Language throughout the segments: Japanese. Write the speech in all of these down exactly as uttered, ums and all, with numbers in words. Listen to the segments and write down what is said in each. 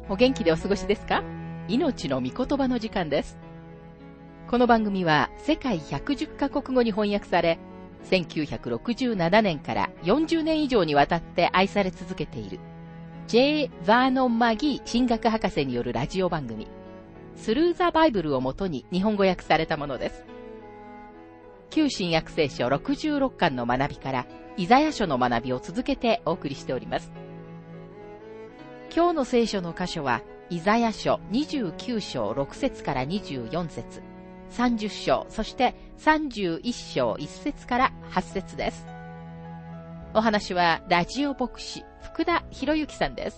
お元気でお過ごしですか？命の御言葉の時間です。この番組は世界ひゃくじゅっカ国語に翻訳され、せんきゅうひゃくろくじゅうななねんからよんじゅうねん以上にわたって愛され続けている J. バーノン・マギー神学博士によるラジオ番組スルーザ・バイブルをもとに日本語訳されたものです。旧新約聖書ろくじゅうろっかんの学びからイザヤ書の学びを続けてお送りしております。今日の聖書の箇所はイザヤ書にじゅうきゅう章ろく節からにじゅうよん節、さんじゅっ章、そしてさんじゅういっ章いち節からはち節です。お話はラジオ牧師福田博之さんです。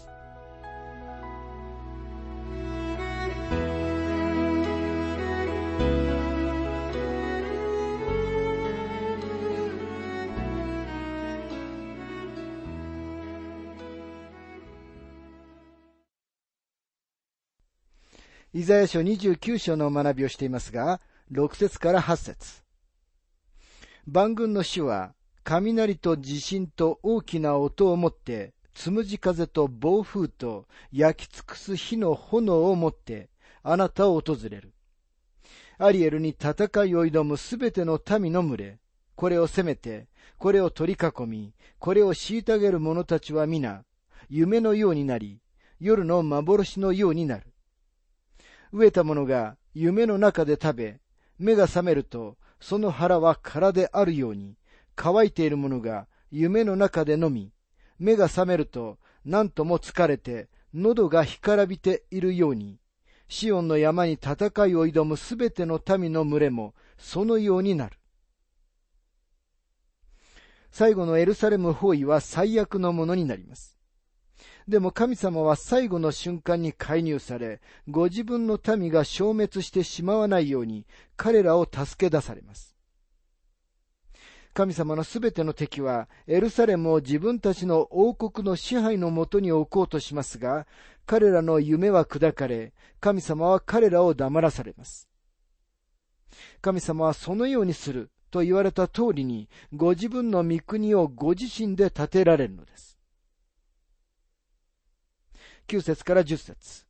イザヤ書にじゅうきゅう章の学びをしていますが、ろく節からはち節。万軍の主は、雷と地震と大きな音をもって、つむじ風と暴風と焼き尽くす火の炎をもって、あなたを訪れる。アリエルに戦いを挑むすべての民の群れ、これを攻めて、これを取り囲み、これを虐げる者たちは皆、夢のようになり、夜の幻のようになる。飢えた者が夢の中で食べ、目が覚めると、その腹は空であるように、乾いている者が夢の中で飲み、目が覚めると、何とも疲れて、喉が干からびているように、シオンの山に戦いを挑むすべての民の群れも、そのようになる。最後のエルサレム包囲は最悪のものになります。でも神様は最後の瞬間に介入され、ご自分の民が消滅してしまわないように、彼らを助け出されます。神様のすべての敵は、エルサレムを自分たちの王国の支配のもとに置こうとしますが、彼らの夢は砕かれ、神様は彼らを黙らされます。神様はそのようにすると言われた通りに、ご自分の御国をご自身で建てられるのです。きゅう節からじゅっ節。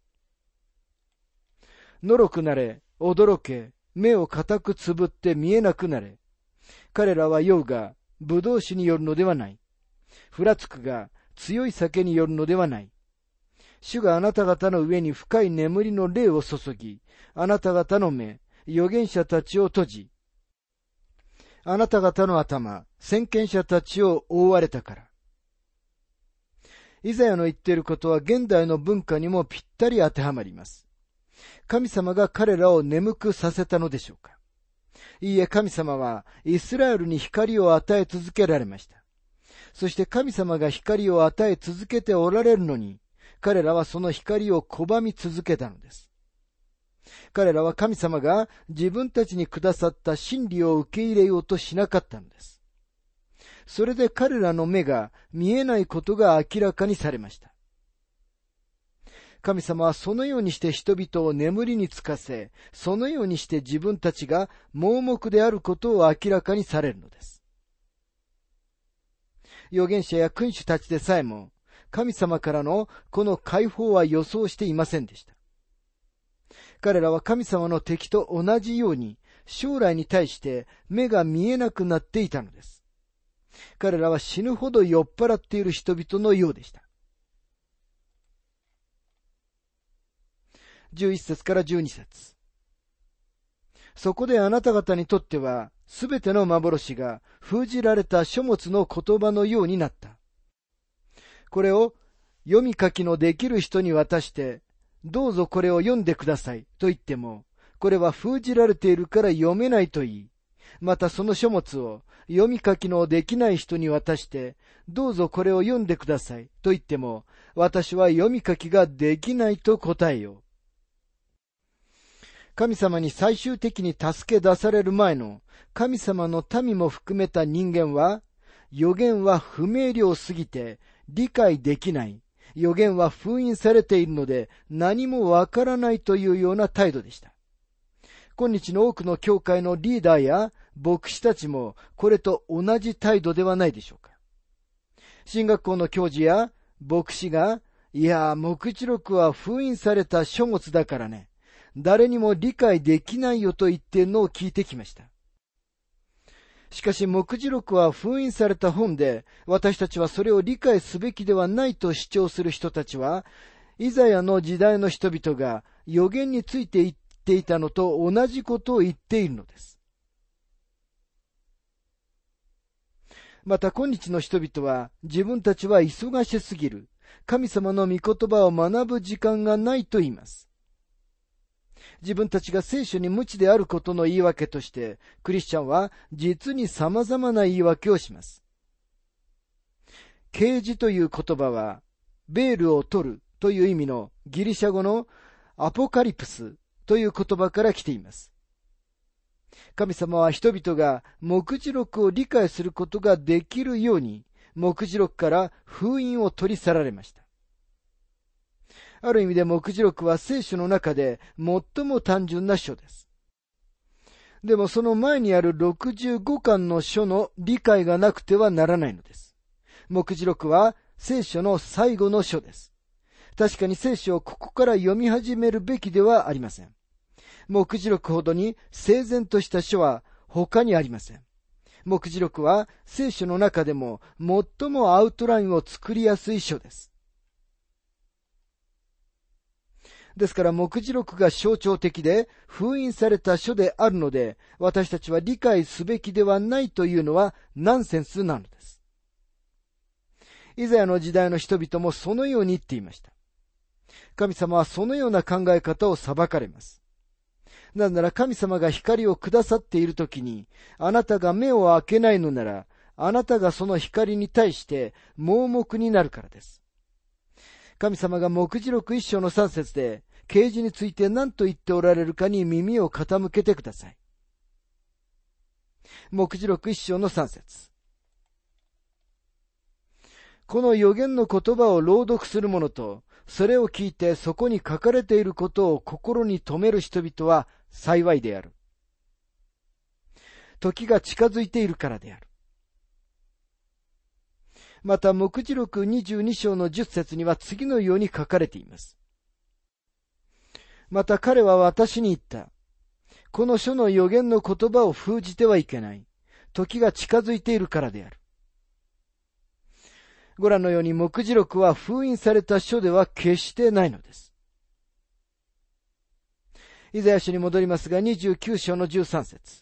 のろくなれ、驚け、目を固くつぶって見えなくなれ。彼らは酔うが、葡萄酒によるのではない。ふらつくが、強い酒によるのではない。主があなた方の上に深い眠りの霊を注ぎ、あなた方の目、預言者たちを閉じ、あなた方の頭、先見者たちを覆われたから。イザヤの言っていることは現代の文化にもぴったり当てはまります。神様が彼らを眠くさせたのでしょうか？いいえ、神様はイスラエルに光を与え続けられました。そして神様が光を与え続けておられるのに、彼らはその光を拒み続けたのです。彼らは神様が自分たちにくださった真理を受け入れようとしなかったのです。それで彼らの目が見えないことが明らかにされました。神様はそのようにして人々を眠りにつかせ、そのようにして自分たちが盲目であることを明らかにされるのです。預言者や君主たちでさえも、神様からのこの解放は予想していませんでした。彼らは神様の敵と同じように、将来に対して目が見えなくなっていたのです。彼らは死ぬほど酔っ払っている人々のようでした。じゅういち節からじゅうに節。そこであなた方にとっては、すべての幻が封じられた書物の言葉のようになった。これを読み書きのできる人に渡して、どうぞこれを読んでくださいと言っても、これは封じられているから読めないと言い、またその書物を読み書きのできない人に渡して、どうぞこれを読んでくださいと言っても、私は読み書きができないと答えよう。神様に最終的に助け出される前の神様の民も含めた人間は、預言は不明瞭すぎて理解できない。預言は封印されているので何もわからないというような態度でした。今日の多くの教会のリーダーや牧師たちもこれと同じ態度ではないでしょうか。進学校の教授や牧師がいや、目次録は封印された書物だからね、誰にも理解できないよと言っているのを聞いてきました。しかし目次録は封印された本で、私たちはそれを理解すべきではないと主張する人たちは、イザヤの時代の人々が預言について言っていたのと同じことを言っているのです。また今日の人々は自分たちは忙しすぎる、神様の御言葉を学ぶ時間がないと言います。自分たちが聖書に無知であることの言い訳として、クリスチャンは実に様々な言い訳をします。啓示という言葉は、ベールを取るという意味のギリシャ語のアポカリプスという言葉から来ています。神様は人々が目次録を理解することができるように、目次録から封印を取り去られました。ある意味で目次録は聖書の中で最も単純な書です。でもその前にあるろくじゅうごかんの書の理解がなくてはならないのです。目次録は聖書の最後の書です。確かに聖書をここから読み始めるべきではありません。目次録ほどに整然とした書は他にありません。目次録は聖書の中でも最もアウトラインを作りやすい書です。ですから目次録が象徴的で封印された書であるので、私たちは理解すべきではないというのはナンセンスなのです。イザヤの時代の人々もそのように言っていました。神様はそのような考え方を裁かれます。なぜなら神様が光をくださっているときに、あなたが目を開けないのなら、あなたがその光に対して盲目になるからです。神様が目次録一章の三節で、啓示について何と言っておられるかに耳を傾けてください。目次録一章の三節。この預言の言葉を朗読する者と、それを聞いてそこに書かれていることを心に留める人々は幸いである。時が近づいているからである。また、目次録にじゅうに章のじゅっ節には次のように書かれています。また彼は私に言った。この書の預言の言葉を封じてはいけない。時が近づいているからである。ご覧のように目次録は封印された書では決してないのです。イザヤ書に戻りますが、にじゅうきゅう章のじゅうさん節。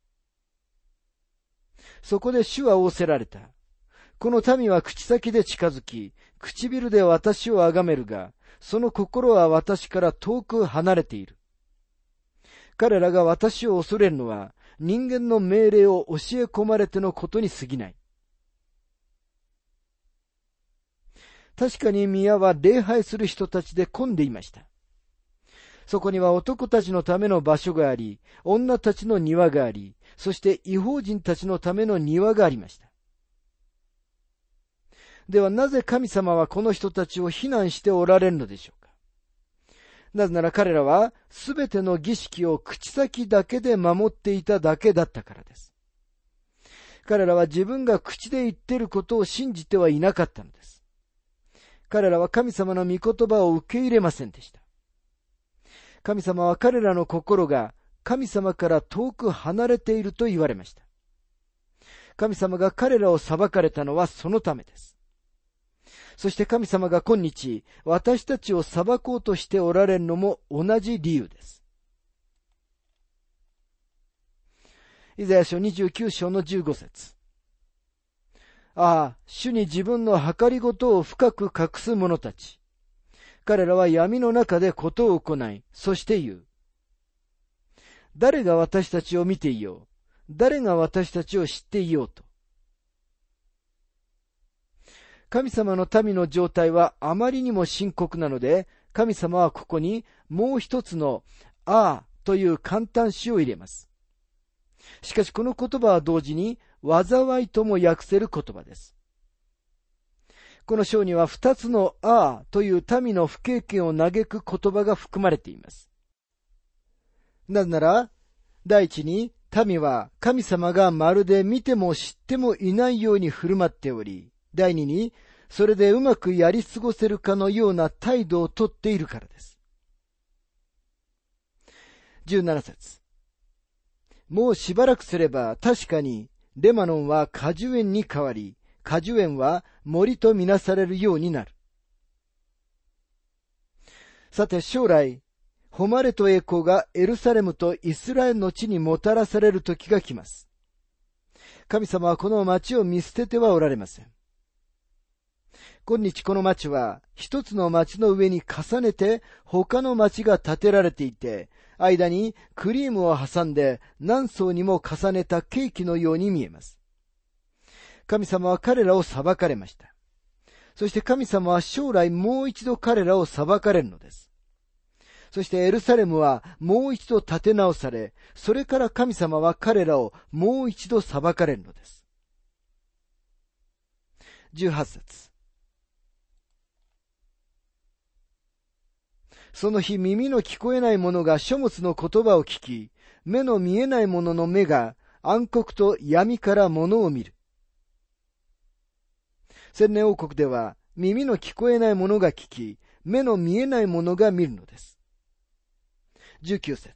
そこで主は仰せられた。この民は口先で近づき、唇で私を崇めるが、その心は私から遠く離れている。彼らが私を恐れるのは、人間の命令を教え込まれてのことに過ぎない。確かに宮は礼拝する人たちで混んでいました。そこには男たちのための場所があり、女たちの庭があり、そして異邦人たちのための庭がありました。ではなぜ神様はこの人たちを非難しておられるのでしょうか。なぜなら彼らはすべての儀式を口先だけで守っていただけだったからです。彼らは自分が口で言っていることを信じてはいなかったのです。彼らは神様の御言葉を受け入れませんでした。神様は彼らの心が神様から遠く離れていると言われました。神様が彼らを裁かれたのはそのためです。そして神様が今日私たちを裁こうとしておられるのも同じ理由です。イザヤ書にじゅうきゅう章のじゅうご節。ああ、主に自分の計りごとを深く隠す者たち。彼らは闇の中でことを行い、そして言う。誰が私たちを見ていよう。誰が私たちを知っていようと。神様の民の状態はあまりにも深刻なので、神様はここにもう一つのああという簡単詞を入れます。しかしこの言葉は同時に災いとも訳せる言葉です。この章には二つのああという民の不経験を嘆く言葉が含まれています。なぜなら、第一に民は神様がまるで見ても知ってもいないように振る舞っており、第二にそれでうまくやり過ごせるかのような態度をとっているからです。じゅうなな節。もうしばらくすれば確かにレバノンは果樹園に変わり、果樹園は森とみなされるようになる。さて将来、誉れと栄光がエルサレムとイスラエルの地にもたらされる時が来ます。神様はこの町を見捨ててはおられません。今日この町は一つの町の上に重ねて他の町が建てられていて、間にクリームを挟んで何層にも重ねたケーキのように見えます。神様は彼らを裁かれました。そして神様は将来もう一度彼らを裁かれるのです。そしてエルサレムはもう一度建て直され、それから神様は彼らをもう一度裁かれるのです。じゅうはち節。その日耳の聞こえない者が書物の言葉を聞き、目の見えない者の目が暗黒と闇から物を見る。千年王国では耳の聞こえない者が聞き、目の見えない者が見るのです。じゅうきゅう節。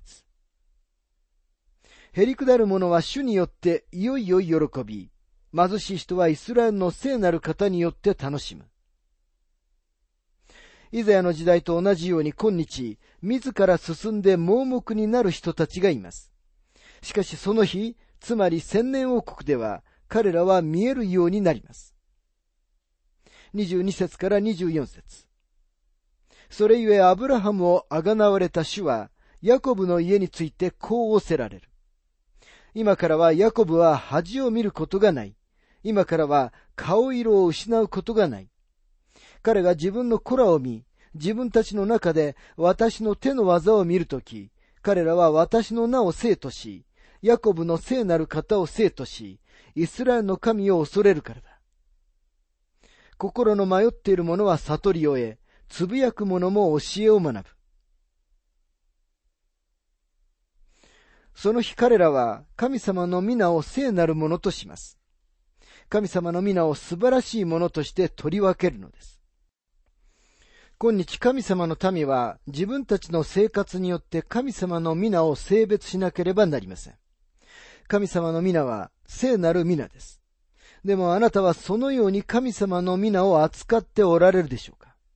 へりくだる者は主によっていよいよ喜び、貧しい人はイスラエルの聖なる方によって楽しむ。イザヤの時代と同じように今日、自ら進んで盲目になる人たちがいます。しかしその日、つまり千年王国では、彼らは見えるようになります。にじゅうに節からにじゅうよん節。それゆえアブラハムをあがなわれた主は、ヤコブの家についてこう仰せられる。今からはヤコブは恥を見ることがない。今からは顔色を失うことがない。彼が自分の子らを見、自分たちの中で私の手の技を見るとき、彼らは私の名を聖とし、ヤコブの聖なる方を聖とし、イスラエルの神を恐れるからだ。心の迷っている者は悟りを得、つぶやく者も教えを学ぶ。その日彼らは神様の皆を聖なるものとします。神様の皆を素晴らしいものとして取り分けるのです。今日神様の民は自分たちの生活によって神様の皆を性別しなければなりません。神様の皆は聖なる皆です。でもあなたはそのように神様の皆を扱っておられるでしょうか。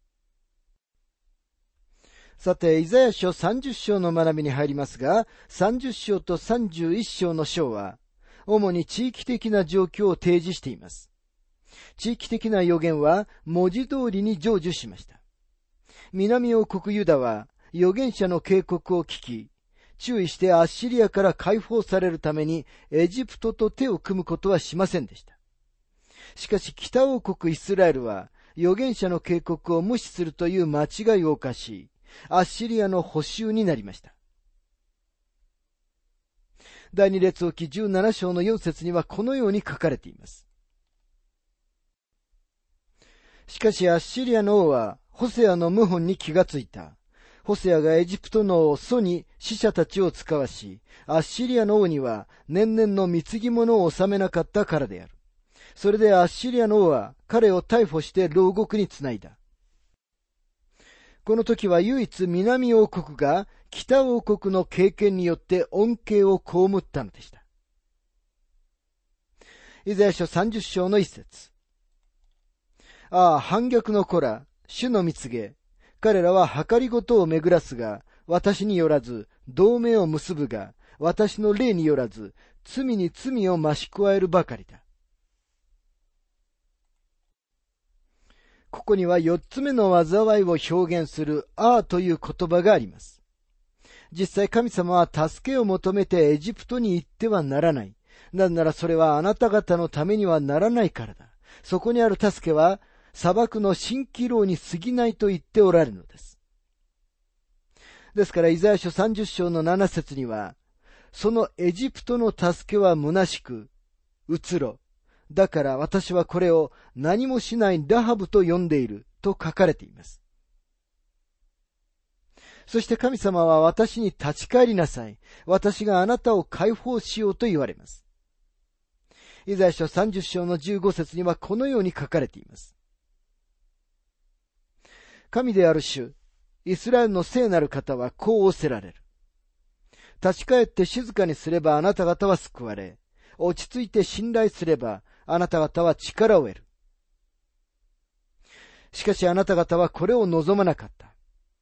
さて、イザヤ書さんじゅっ章の学びに入りますが、さんじゅっ章とさんじゅういっ章の章は、主に地域的な状況を提示しています。地域的な予言は文字通りに成就しました。南王国ユダは預言者の警告を聞き、注意してアッシリアから解放されるためにエジプトと手を組むことはしませんでした。しかし北王国イスラエルは預言者の警告を無視するという間違いを犯し、アッシリアの捕囚になりました。第二列王記じゅうなな章のよん節にはこのように書かれています。しかしアッシリアの王はホセアの謀反に気がついた。ホセアがエジプトの王ソに使者たちを使わし、アッシリアの王には年々の貢ぎ物を納めなかったからである。それでアッシリアの王は彼を逮捕して牢獄につないだ。この時は唯一南王国が北王国の経験によって恩恵を被ったのでした。イザヤ書さんじゅっ章の一節。ああ、反逆の子ら、主の蜜げ。彼らは計りごとを巡らすが、私によらず、同盟を結ぶが、私の霊によらず、罪に罪を増し加えるばかりだ。ここには四つ目の災いを表現するああという言葉があります。実際神様は助けを求めてエジプトに行ってはならない。なぜならそれはあなた方のためにはならないからだ。そこにある助けは砂漠の蜃気楼に過ぎないと言っておられるのです。ですからイザヤ書さんじゅっ章のなな節には、そのエジプトの助けは虚しく、うつろ。だから私はこれを何もしないラハブと呼んでいると書かれています。そして神様は私に立ち返りなさい。私があなたを解放しようと言われます。イザヤ書さんじゅっ章のじゅうご節にはこのように書かれています。 神である主、イスラエルの聖なる方はこう仰せられる。立ち返って静かにすればあなた方は救われ、落ち着いて信頼すればあなた方は力を得る。しかしあなた方はこれを望まなかった。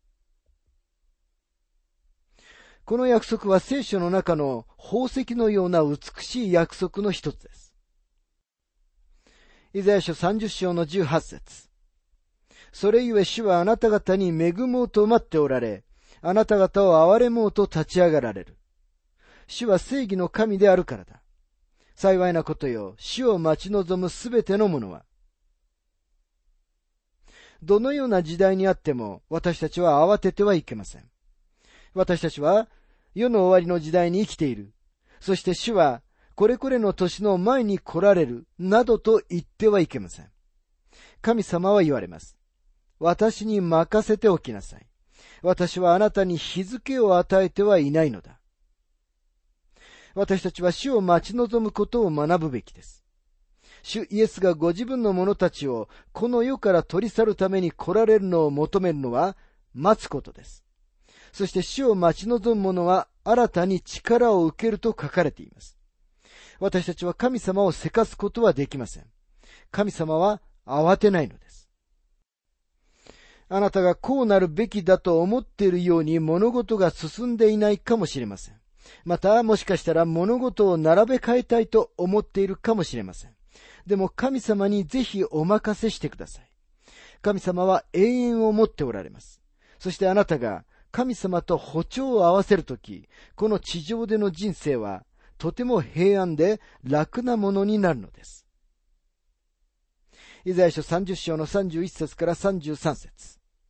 この約束は聖書の中の宝石のような美しい約束の一つです。イザヤ書さんじゅっ章のじゅうはち節。それゆえ主はあなた方に恵もうと待っておられ、あなた方を憐れもうと立ち上がられる。主は正義の神であるからだ。幸いなことよ、主を待ち望むすべてのものは。どのような時代にあっても私たちは慌ててはいけません。私たちは世の終わりの時代に生きている。そして主はこれこれの年の前に来られるなどと言ってはいけません。神様は言われます。私に任せておきなさい。私はあなたに日付を与えてはいないのだ。私たちは主を待ち望むことを学ぶべきです。主イエスがご自分の者たちをこの世から取り去るために来られるのを求めるのは待つことです。そして主を待ち望む者は新たに力を受けると書かれています。私たちは神様をせかすことはできません。神様は慌てないのです。あなたがこうなるべきだと思っているように物事が進んでいないかもしれません。またもしかしたら物事を並べ替えたいと思っているかもしれません。でも神様にぜひお任せしてください。神様は永遠を持っておられます。そしてあなたが神様と歩調を合わせるとき、この地上での人生はとても平安で楽なものになるのです。イザヤ書さんじゅっ章のさんじゅういち節からさんじゅうさん節。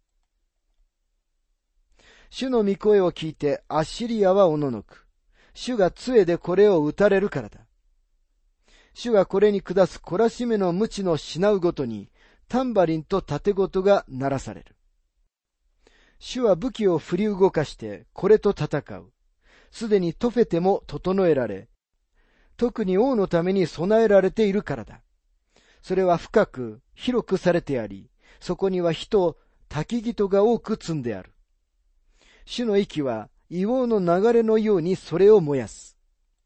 主の御声を聞いてアッシリアはおののく。主が杖でこれを打たれるからだ。主がこれに下す懲らしめの鞭のしうごとに、タンバリンと盾ごとが鳴らされる。主は武器を振り動かして、これと戦う。すでにトフェテも整えられ、特に王のために備えられているからだ。それは深く、広くされてあり、そこには火と焚き木が多く積んである。主の息は、硫黄の流れのようにそれを燃やす。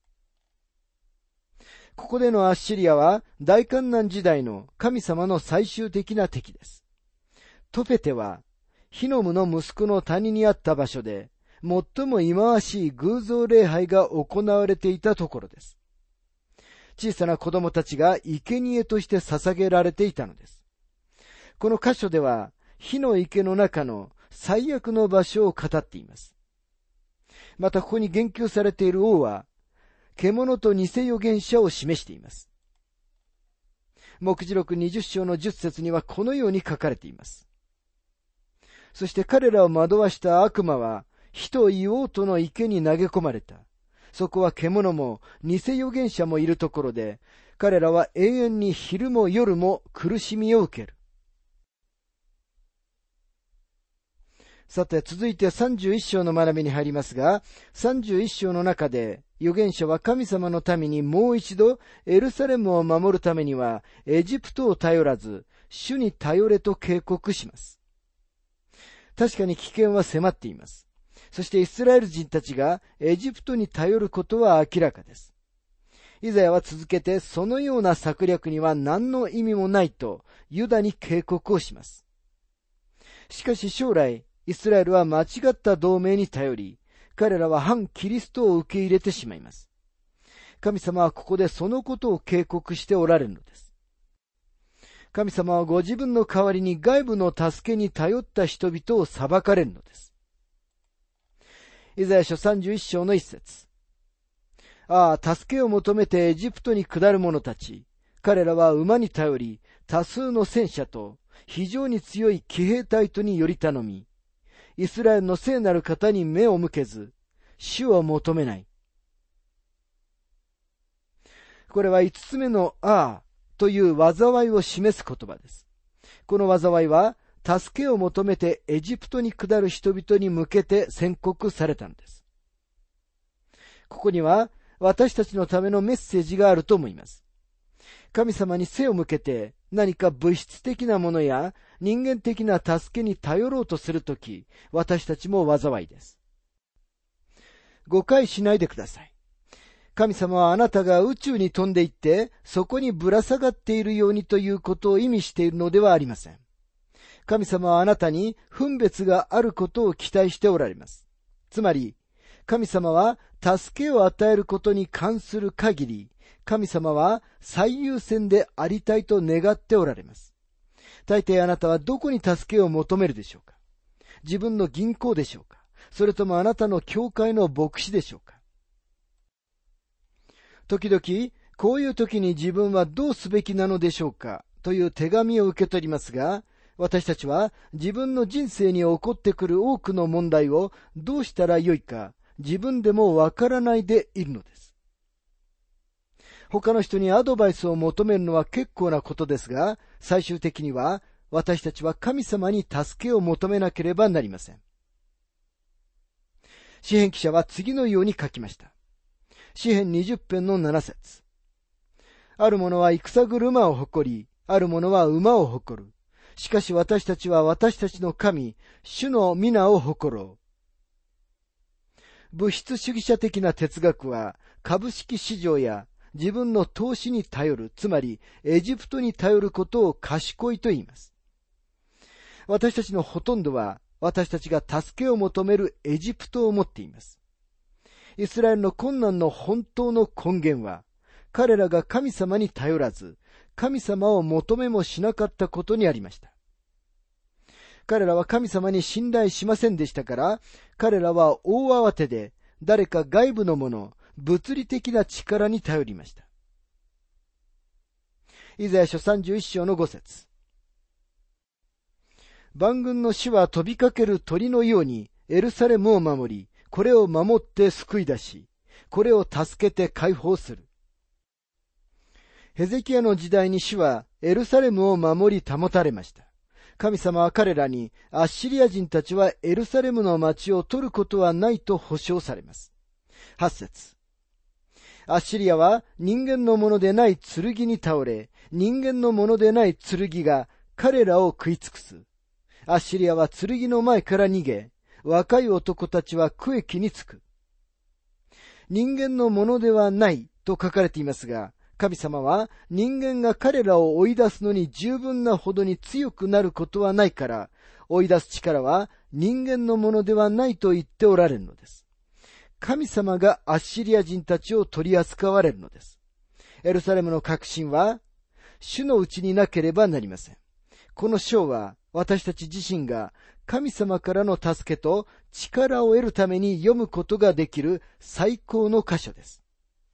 ここでのアッシリアは大観難時代の神様の最終的な敵です。トペテはヒノムの息子の谷にあった場所で最も忌まわしい偶像礼拝が行われていたところです。小さな子供たちが生贄として捧げられていたのです。この箇所では火の池の中の最悪の場所を語っています。またここに言及されている王は獣と偽預言者を示しています。黙示録にじゅっ章のじゅっ節にはこのように書かれています。そして彼らを惑わした悪魔は火と硫黄との池に投げ込まれた。そこは獣も偽預言者もいるところで、彼らは永遠に昼も夜も苦しみを受ける。さて続いてさんじゅういち章の学びに入りますが、さんじゅういち章の中で預言者は神様のためにもう一度エルサレムを守るためにはエジプトを頼らず主に頼れと警告します。確かに危険は迫っています。そしてイスラエル人たちがエジプトに頼ることは明らかです。イザヤは続けてそのような策略には何の意味もないとユダに警告をします。しかし将来イスラエルは間違った同盟に頼り、彼らは反キリストを受け入れてしまいます。神様はここでそのことを警告しておられるのです。神様はご自分の代わりに外部の助けに頼った人々を裁かれるのです。イザヤ書さんじゅういち章の一節。ああ、助けを求めてエジプトに下る者たち。彼らは馬に頼り、多数の戦車と非常に強い騎兵隊とにより頼み、イスラエルの聖なる方に目を向けず、主を求めない。これは五つ目のああという災いを示す言葉です。この災いは、助けを求めてエジプトに下る人々に向けて宣告されたのです。ここには私たちのためのメッセージがあると思います。神様に背を向けて何か物質的なものや人間的な助けに頼ろうとするとき、私たちも災いです。誤解しないでください。神様はあなたが宇宙に飛んでいって、そこにぶら下がっているようにということを意味しているのではありません。神様はあなたに分別があることを期待しておられます。つまり、神様は助けを与えることに関する限り、神様は最優先でありたいと願っておられます。大抵あなたはどこに助けを求めるでしょうか？自分の銀行でしょうか？それともあなたの教会の牧師でしょうか？時々、こういう時に自分はどうすべきなのでしょうかという手紙を受け取りますが、私たちは自分の人生に起こってくる多くの問題をどうしたらよいか自分でもわからないでいるのです。他の人にアドバイスを求めるのは結構なことですが、最終的には私たちは神様に助けを求めなければなりません。詩編記者は次のように書きました。詩編にじゅっ編のなな節。ある者は戦車を誇り、ある者は馬を誇る。しかし私たちは私たちの神、主の皆を誇ろう。物質主義者的な哲学は、株式市場や自分の投資に頼る、つまりエジプトに頼ることを賢いと言います。私たちのほとんどは、私たちが助けを求めるエジプトを持っています。イスラエルの困難の本当の根源は、彼らが神様に頼らず、神様を求めもしなかったことにありました。彼らは神様に信頼しませんでしたから、彼らは大慌てで誰か外部のもの、物理的な力に頼りました。イザヤ書さんじゅういっ章のご節。万軍の主は飛びかける鳥のようにエルサレムを守り、これを守って救い出し、これを助けて解放する。ヘゼキヤの時代に主はエルサレムを守り保たれました。神様は彼らに、アッシリア人たちはエルサレムの町を取ることはないと保証されます。はち節。アッシリアは人間のものでない剣に倒れ、人間のものでない剣が彼らを食い尽くす。アッシリアは剣の前から逃げ、若い男たちは区域につく。人間のものではないと書かれていますが、神様は人間が彼らを追い出すのに十分なほどに強くなることはないから、追い出す力は人間のものではないと言っておられるのです。神様がアッシリア人たちを取り扱われるのです。エルサレムの革新は主のうちになければなりません。この章は私たち自身が神様からの助けと力を得るために読むことができる最高の箇所です。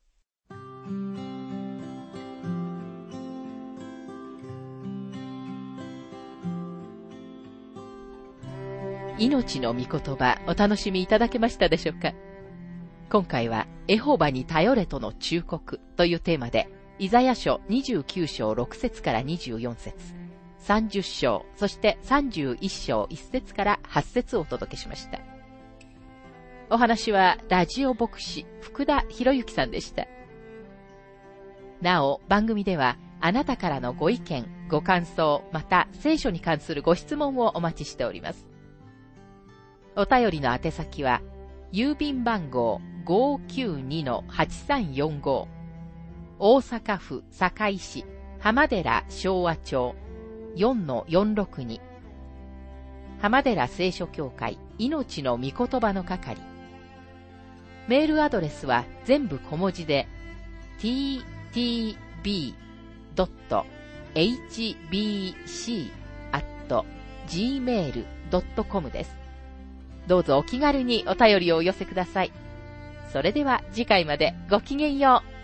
命の御言葉、お楽しみいただけましたでしょうか？今回は、エホバに頼れとの忠告というテーマで、イザヤ書にじゅうきゅう章ろく節からにじゅうよん節、さんじゅっ章、そしてさんじゅういっ章いち節からはち節をお届けしました。お話は、ラジオ牧師、福田博之さんでした。なお、番組では、あなたからのご意見、ご感想、また聖書に関するご質問をお待ちしております。お便りの宛先は、郵便番号 ごーきゅうにのはちさんよんご、大阪府堺市浜寺昭和町 よんのよんろくに、浜寺聖書協会命の御言葉の係。メールアドレスは全部小文字で ティーティービードットエイチビーシーアットジーメールドットコム です。どうぞお気軽にお便りをお寄せください。それでは次回までごきげんよう。